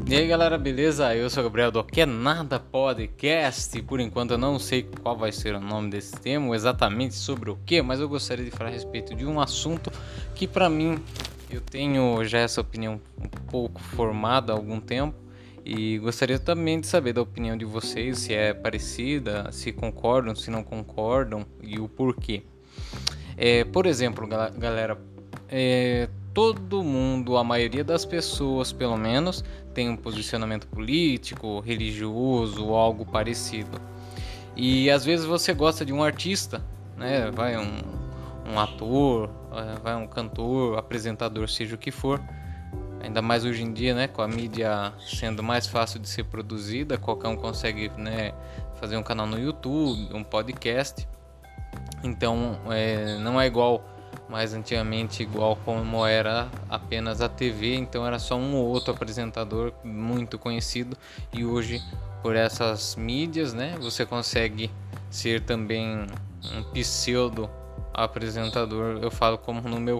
E aí galera, beleza? Eu sou o Gabriel do Que é Nada Podcast. Por enquanto eu não sei qual vai ser o nome desse tema, exatamente sobre o que, mas eu gostaria de falar a respeito de um assunto que pra mim, eu tenho já essa opinião um pouco formada há algum tempo e gostaria também de saber da opinião de vocês, se é parecida, se concordam, se não concordam e o porquê. Por exemplo, galera, todo mundo, a maioria das pessoas, pelo menos, tem um posicionamento político, religioso ou algo parecido. E às vezes você gosta de um artista, né? Vai um ator, vai um cantor, apresentador, seja o que for. Ainda mais hoje em dia, né? Com a mídia sendo mais fácil de ser produzida, qualquer um consegue, né, fazer um canal no YouTube, um podcast. Então, não é igual mais antigamente, igual como era apenas a TV, então era só um ou outro apresentador muito conhecido, e hoje por essas mídias, né, você consegue ser também um pseudo apresentador. Eu falo como no meu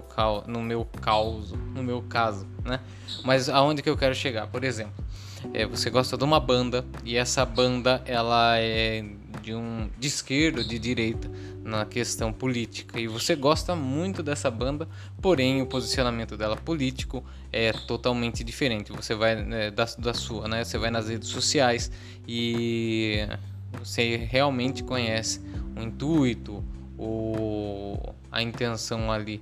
caso, né? Mas aonde que eu quero chegar? Por exemplo, você gosta de uma banda e essa banda ela é de esquerda ou de direita na questão política, e você gosta muito dessa banda, porém o posicionamento dela político é totalmente diferente. Você vai, né, da sua, né? Você vai nas redes sociais e você realmente conhece o intuito, a intenção ali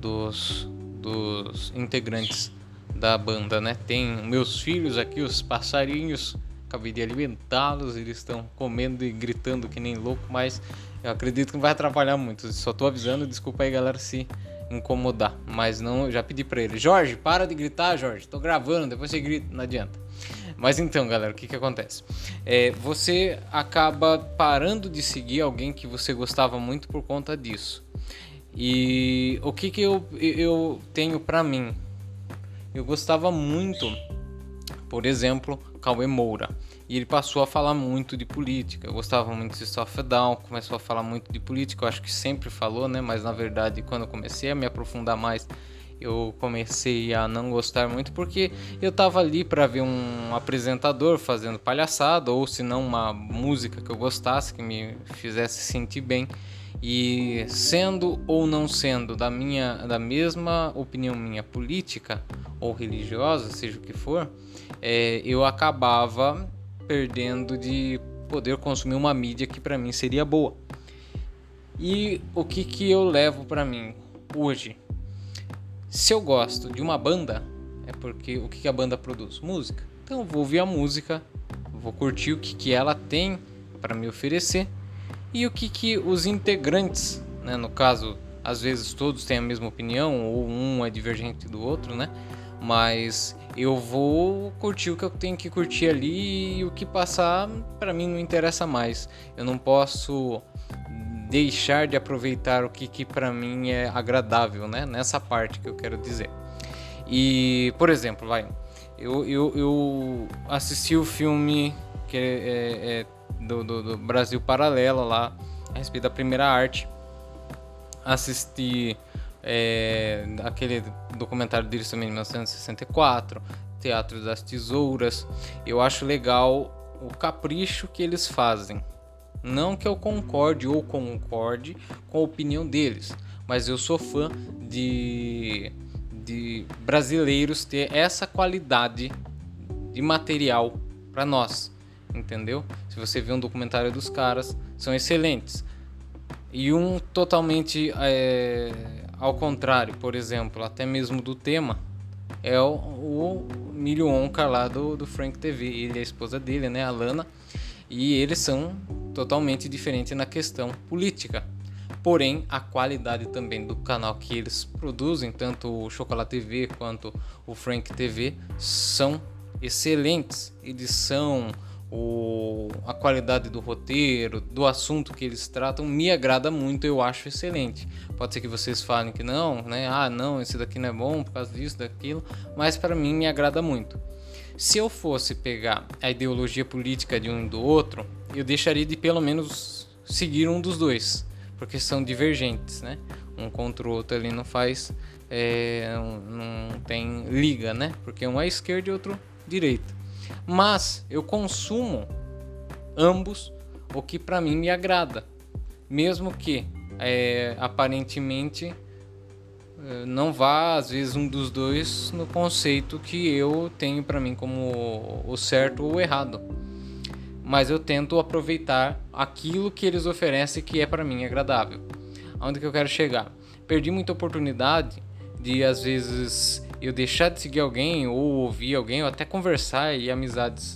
dos integrantes da banda, né? Tem meus filhos aqui, os passarinhos, acabei de alimentá-los, eles estão comendo e gritando que nem louco, mas eu acredito que não vai atrapalhar muito. Só tô avisando, desculpa aí galera se incomodar, mas não, eu já pedi pra ele: Jorge, para de gritar, Jorge, tô gravando, depois você grita, não adianta. Mas então galera, o que acontece? Você acaba parando de seguir alguém que você gostava muito por conta disso. E o que eu tenho pra mim? Eu gostava muito, por exemplo, Cauê Moura, e ele passou a falar muito de política. Eu gostava muito de System of a Down, começou a falar muito de política. Eu acho que sempre falou, né? Mas na verdade, quando eu comecei a me aprofundar mais, eu comecei a não gostar muito, porque eu tava ali para ver um apresentador fazendo palhaçada, ou se não uma música que eu gostasse, que me fizesse sentir bem. E sendo ou não sendo da mesma opinião minha política ou religiosa, seja o que for, eu acabava perdendo de poder consumir uma mídia que para mim seria boa. E o que eu levo para mim hoje? Se eu gosto de uma banda, é porque o que a banda produz? Música. Então eu vou ouvir a música, vou curtir o que ela tem para me oferecer e o que os integrantes, né, no caso, às vezes todos têm a mesma opinião ou um é divergente do outro, né? Mas eu vou curtir o que eu tenho que curtir ali, e o que passar para mim não interessa mais. Eu não posso deixar de aproveitar o que para mim é agradável, né? Nessa parte que eu quero dizer. E, por exemplo, eu assisti o filme que do Brasil Paralelo lá, a respeito da primeira arte. Assisti aquele documentário deles também de 1964, Teatro das Tesouras. Eu acho legal o capricho que eles fazem. Não que eu concorde com a opinião deles, mas eu sou fã de brasileiros ter essa qualidade de material para nós, entendeu? Se você vê um documentário dos caras, são excelentes. E um totalmente ao contrário, por exemplo, até mesmo do tema, é o Milho Onca lá do Frank TV. Ele e a esposa dele, né, a Lana, e eles são totalmente diferentes na questão política. Porém, a qualidade também do canal que eles produzem, tanto o Chocolate TV quanto o Frank TV, são excelentes. Eles são a qualidade do roteiro, do assunto que eles tratam, me agrada muito, eu acho excelente. Pode ser que vocês falem que não, né? Ah, não, esse daqui não é bom por causa disso, daquilo, mas para mim me agrada muito. Se eu fosse pegar a ideologia política de um e do outro, eu deixaria de pelo menos seguir um dos dois, porque são divergentes, né? Um contra o outro ali não faz, não tem liga, né? Porque um é esquerda e outro direita. Mas eu consumo ambos, o que para mim me agrada, mesmo que aparentemente não vá, às vezes, um dos dois no conceito que eu tenho para mim como o certo ou o errado. Mas eu tento aproveitar aquilo que eles oferecem que é para mim agradável. Aonde que eu quero chegar? Perdi muita oportunidade de, às vezes, eu deixar de seguir alguém ou ouvir alguém ou até conversar, e amizades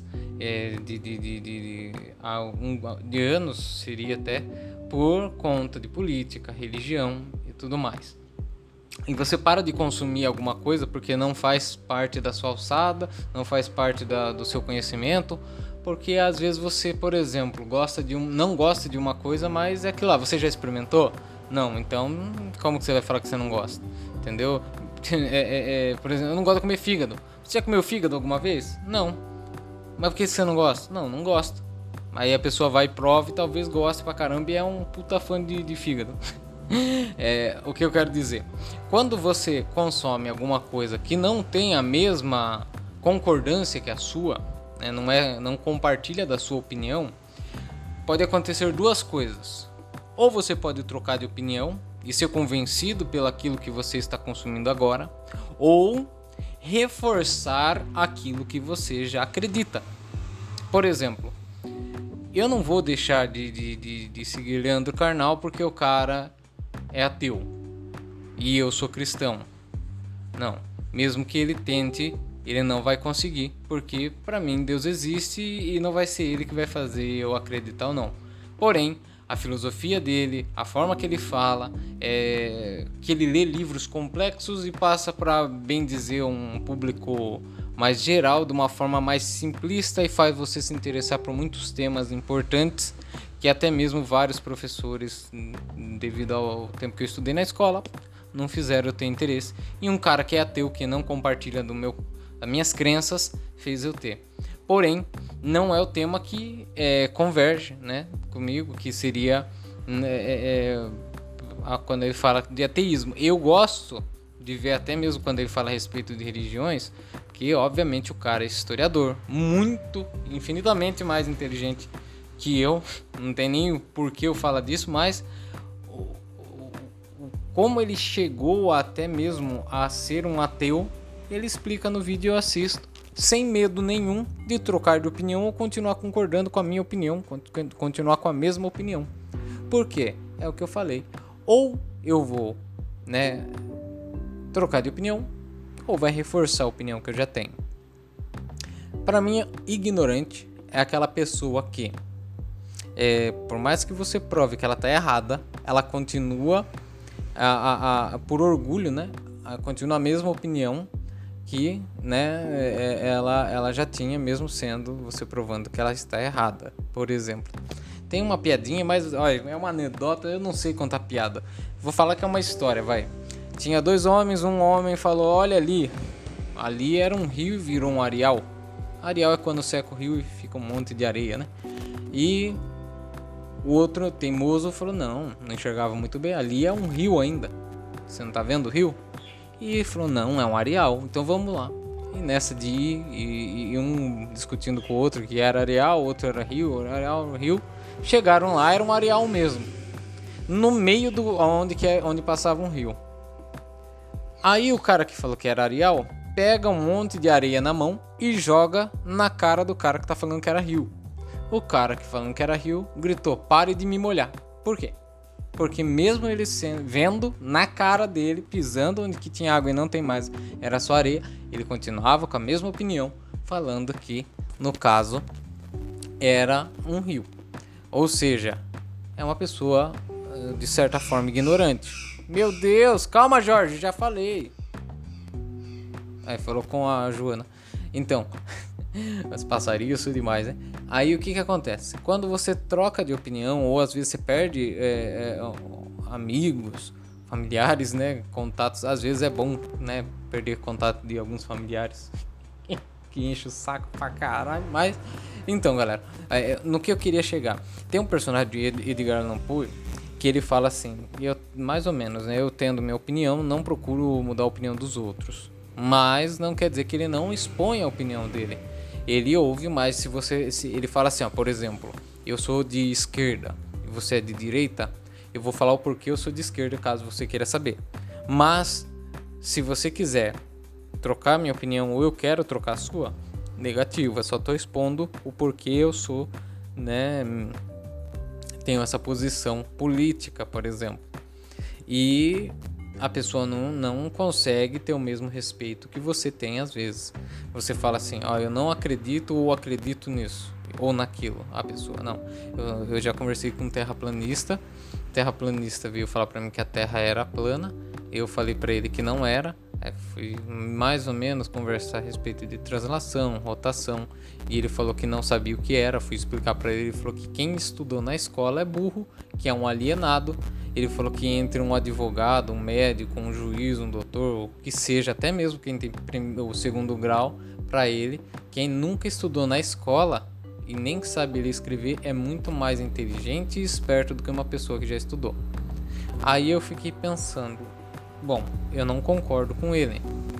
de anos seria até por conta de política, religião e tudo mais. E você para de consumir alguma coisa porque não faz parte da sua alçada, não faz parte do seu conhecimento, porque às vezes você, por exemplo, não gosta de uma coisa, mas é aquilo lá, você já experimentou? Não, então como que você vai falar que você não gosta? Entendeu? Por exemplo, eu não gosto de comer fígado. Você já comeu fígado alguma vez? Não. Mas por que você não gosta? Não gosto. Aí a pessoa vai e prova e talvez goste pra caramba e é um puta fã de fígado. O que eu quero dizer? Quando você consome alguma coisa que não tem a mesma concordância que a sua, né, não compartilha da sua opinião, pode acontecer duas coisas. Ou você pode trocar de opinião e ser convencido pelo aquilo que você está consumindo agora, ou reforçar aquilo que você já acredita. Por exemplo, eu não vou deixar de seguir Leandro Carnal porque o cara é ateu e eu sou cristão. Não, mesmo que ele tente, ele não vai conseguir, porque para mim Deus existe e não vai ser ele que vai fazer eu acreditar ou não. Porém, a filosofia dele, a forma que ele fala, que ele lê livros complexos e passa para, bem dizer, um público mais geral, de uma forma mais simplista, e faz você se interessar por muitos temas importantes que até mesmo vários professores, devido ao tempo que eu estudei na escola, não fizeram eu ter interesse. E um cara que é ateu, que não compartilha das minhas crenças, fez eu ter. Porém, não é o tema que converge, né, comigo, que seria quando ele fala de ateísmo. Eu gosto de ver, até mesmo quando ele fala a respeito de religiões, que obviamente o cara é historiador, infinitamente mais inteligente que eu, não tem nem por que eu falar disso, mas como ele chegou até mesmo a ser um ateu, ele explica no vídeo e eu assisto, sem medo nenhum de trocar de opinião ou continuar concordando com a minha opinião, continuar com a mesma opinião. Por quê? É o que eu falei. Ou eu vou, trocar de opinião, ou vai reforçar a opinião que eu já tenho. Para mim, ignorante é aquela pessoa que, por mais que você prove que ela está errada, ela continua, por orgulho, continua a mesma opinião que ela já tinha, mesmo sendo você provando que ela está errada. Por exemplo, tem uma piadinha, mas olha, é uma anedota, eu não sei contar piada. Vou falar que é uma história, vai. Tinha dois homens, um homem falou: olha ali era um rio e virou um areal. Areal é quando seca o rio e fica um monte de areia, né? E o outro, teimoso, falou: não enxergava muito bem, ali é um rio ainda. Você não tá vendo o rio? E ele falou: não, é um areal, então vamos lá. E nessa de ir, e um discutindo com o outro que era areal, o outro era rio, areal, rio. Chegaram lá, era um areal mesmo, no meio onde passava um rio. Aí o cara que falou que era areal pega um monte de areia na mão e joga na cara do cara que tá falando que era rio. O cara que falando que era rio gritou: pare de me molhar. Por quê? Porque mesmo ele vendo na cara dele, pisando onde que tinha água e não tem mais, era só areia, ele continuava com a mesma opinião, falando que, no caso, era um rio. Ou seja, é uma pessoa, de certa forma, ignorante. Meu Deus, calma, Jorge, já falei. Aí falou com a Joana. Então, os passarinhos são demais, né? Aí o que acontece? Quando você troca de opinião, ou às vezes você perde amigos, familiares, contatos, às vezes é bom, perder contato de alguns familiares que enche o saco pra caralho. Mas, então, galera, no que eu queria chegar, tem um personagem de Edgar Allan Poe que ele fala assim, mais ou menos, eu tendo minha opinião, não procuro mudar a opinião dos outros, mas não quer dizer que ele não expõe a opinião dele. Ele ouve, mas se ele fala assim, ó, por exemplo, eu sou de esquerda e você é de direita, eu vou falar o porquê eu sou de esquerda, caso você queira saber. Mas se você quiser trocar minha opinião ou eu quero trocar a sua, negativo, eu só tô expondo o porquê eu sou, né, tenho essa posição política, por exemplo. E a pessoa não consegue ter o mesmo respeito que você tem às vezes. Você fala assim, ó, eu não acredito ou acredito nisso ou naquilo. A pessoa, não. Eu já conversei com um terraplanista. O terraplanista veio falar pra mim que a Terra era plana. Eu falei pra ele que não era. Fui mais ou menos conversar a respeito de translação, rotação, e ele falou que não sabia o que era. Fui explicar para ele, ele falou que quem estudou na escola é burro, que é um alienado. Ele falou que entre um advogado, um médico, um juiz, um doutor, o que seja, até mesmo quem tem o segundo grau, para ele, quem nunca estudou na escola e nem sabe ler e escrever é muito mais inteligente e esperto do que uma pessoa que já estudou. Aí eu fiquei pensando, bom, eu não concordo com ele,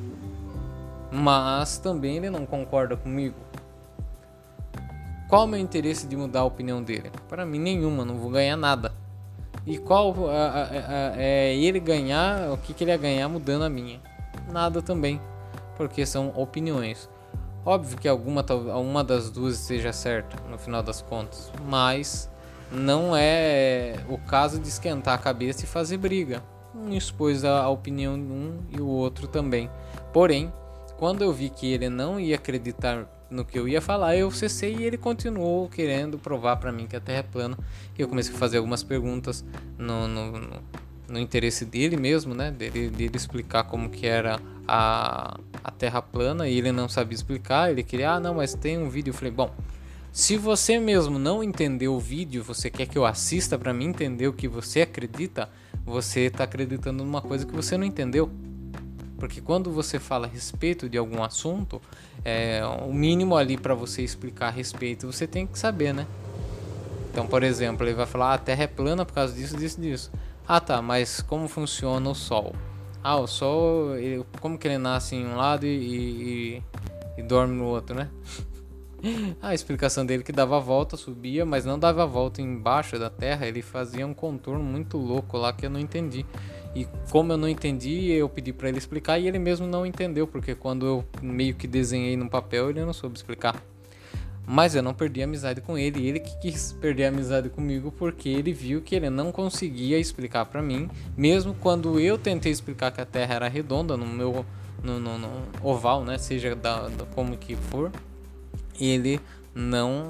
mas também ele não concorda comigo. Qual o meu interesse de mudar a opinião dele? Para mim nenhuma, não vou ganhar nada. E qual é ele ganhar, o que ele ia ganhar mudando a minha? Nada também, porque são opiniões. Óbvio que uma das duas seja certa no final das contas, mas não é o caso de esquentar a cabeça e fazer briga. Um expôs a opinião de um e o outro também. Porém, quando eu vi que ele não ia acreditar no que eu ia falar, eu cessei e ele continuou querendo provar para mim que a Terra é plana. E eu comecei a fazer algumas perguntas no interesse dele mesmo, né? Dele explicar como que era a Terra plana, e ele não sabia explicar. Ele queria, não, mas tem um vídeo. Eu falei, bom, se você mesmo não entendeu o vídeo, você quer que eu assista para mim entender o que você acredita, você está acreditando numa coisa que você não entendeu. Porque quando você fala a respeito de algum assunto, o mínimo ali para você explicar a respeito, você tem que saber, né? Então, por exemplo, ele vai falar, a Terra é plana por causa disso, disso, disso. Ah, tá, mas como funciona o Sol? Ah, o Sol, como que ele nasce em um lado e dorme no outro, né? A explicação dele que dava a volta, subia, mas não dava a volta embaixo da Terra, ele fazia um contorno muito louco lá que eu não entendi. E como eu não entendi, eu pedi para ele explicar e ele mesmo não entendeu, porque quando eu meio que desenhei no papel, ele não soube explicar. Mas eu não perdi a amizade com ele, ele que quis perder a amizade comigo, porque ele viu que ele não conseguia explicar para mim, mesmo quando eu tentei explicar que a Terra era redonda no meu no oval, né, seja como que for. Ele não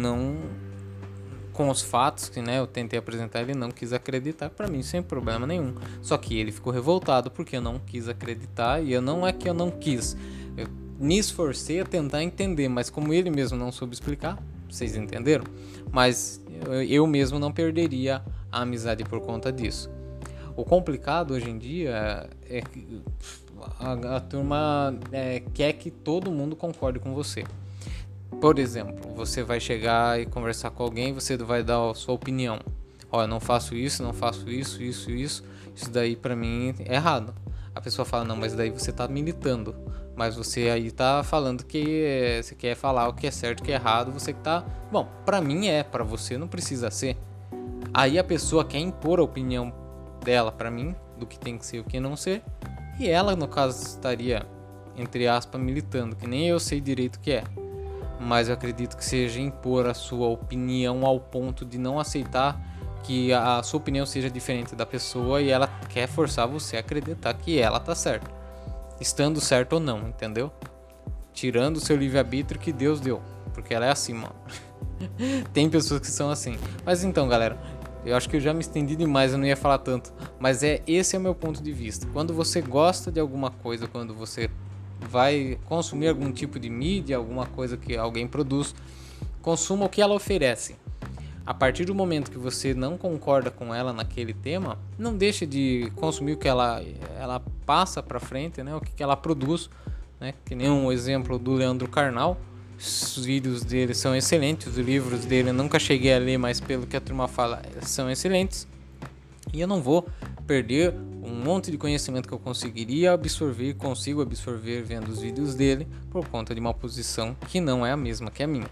com os fatos que, né, eu tentei apresentar, ele não quis acreditar para mim sem problema nenhum. Só que ele ficou revoltado porque eu não quis acreditar, e não é que eu não quis, eu me esforcei a tentar entender, mas como ele mesmo não soube explicar, vocês entenderam? Mas eu mesmo não perderia a amizade por conta disso. O complicado hoje em dia é que a turma quer que todo mundo concorde com você. Por exemplo, você vai chegar e conversar com alguém, você vai dar a sua opinião. Olha, não faço isso, isso daí pra mim é errado. A pessoa fala, não, mas daí você tá militando. Mas você aí tá falando que você quer falar o que é certo, o que é errado, você que tá... Bom, pra mim pra você não precisa ser. Aí a pessoa quer impor a opinião dela pra mim, do que tem que ser e o que não ser. E ela, no caso, estaria, entre aspas, militando, que nem eu sei direito o que é. Mas eu acredito que seja impor a sua opinião ao ponto de não aceitar que a sua opinião seja diferente da pessoa, e ela quer forçar você a acreditar que ela tá certa, estando certo ou não, entendeu? Tirando o seu livre-arbítrio que Deus deu, porque ela é assim, mano. Tem pessoas que são assim. Mas então, galera, eu acho que eu já me estendi demais, eu não ia falar tanto, mas esse é o meu ponto de vista. Quando você gosta de alguma coisa, quando você vai consumir algum tipo de mídia, alguma coisa que alguém produz, consuma o que ela oferece. A partir do momento que você não concorda com ela naquele tema, não deixe de consumir o que ela passa para frente, né? O que ela produz, né? Que nem um exemplo do Leandro Carnal. Os vídeos dele são excelentes, os livros dele eu nunca cheguei a ler, mas pelo que a turma fala, são excelentes. E eu não vou perder um monte de conhecimento que eu conseguiria absorver, consigo absorver vendo os vídeos dele, por conta de uma posição que não é a mesma que a minha.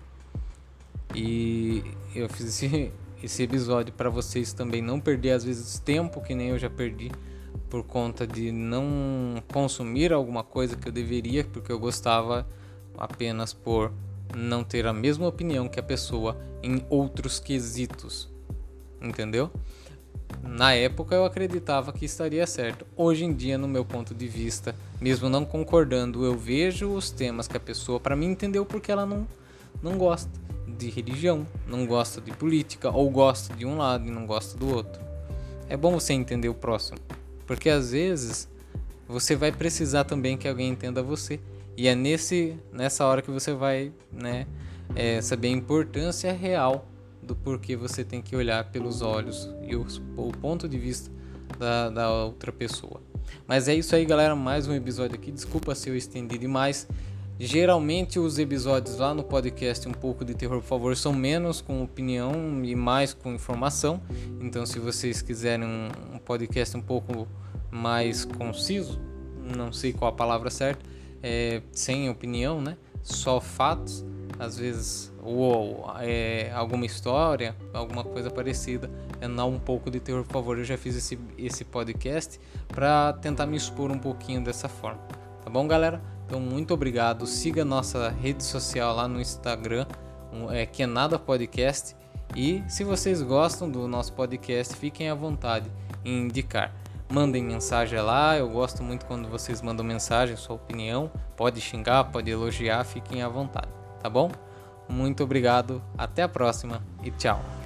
E eu fiz esse episódio para vocês também não perder às vezes tempo que nem eu já perdi por conta de não consumir alguma coisa que eu deveria, porque eu gostava apenas por não ter a mesma opinião que a pessoa em outros quesitos, entendeu? Na época eu acreditava que estaria certo. Hoje em dia, no meu ponto de vista, mesmo não concordando, eu vejo os temas que a pessoa, para mim, entendeu porque ela não gosta de religião, não gosta de política, ou gosta de um lado e não gosta do outro. É bom você entender o próximo, porque às vezes você vai precisar também que alguém entenda você. E é nessa hora que você vai, saber a importância real do porquê você tem que olhar pelos olhos e o ponto de vista da outra pessoa. Mas é isso aí, galera, mais um episódio aqui. Desculpa se eu estendi demais. Geralmente os episódios lá no podcast Um Pouco de Terror, por favor, são menos com opinião e mais com informação. Então, se vocês quiserem um podcast um pouco mais conciso, não sei qual a palavra certa, sem opinião, né? Só fatos, às vezes, ou alguma história, alguma coisa parecida, não um pouco de terror, por favor. Eu já fiz esse podcast para tentar me expor um pouquinho dessa forma, tá bom, galera? Então, muito obrigado. Siga nossa rede social lá no Instagram, que é Nada Podcast. E se vocês gostam do nosso podcast, fiquem à vontade em indicar. Mandem mensagem lá, eu gosto muito quando vocês mandam mensagem, sua opinião. Pode xingar, pode elogiar, fiquem à vontade, tá bom? Muito obrigado, até a próxima e tchau!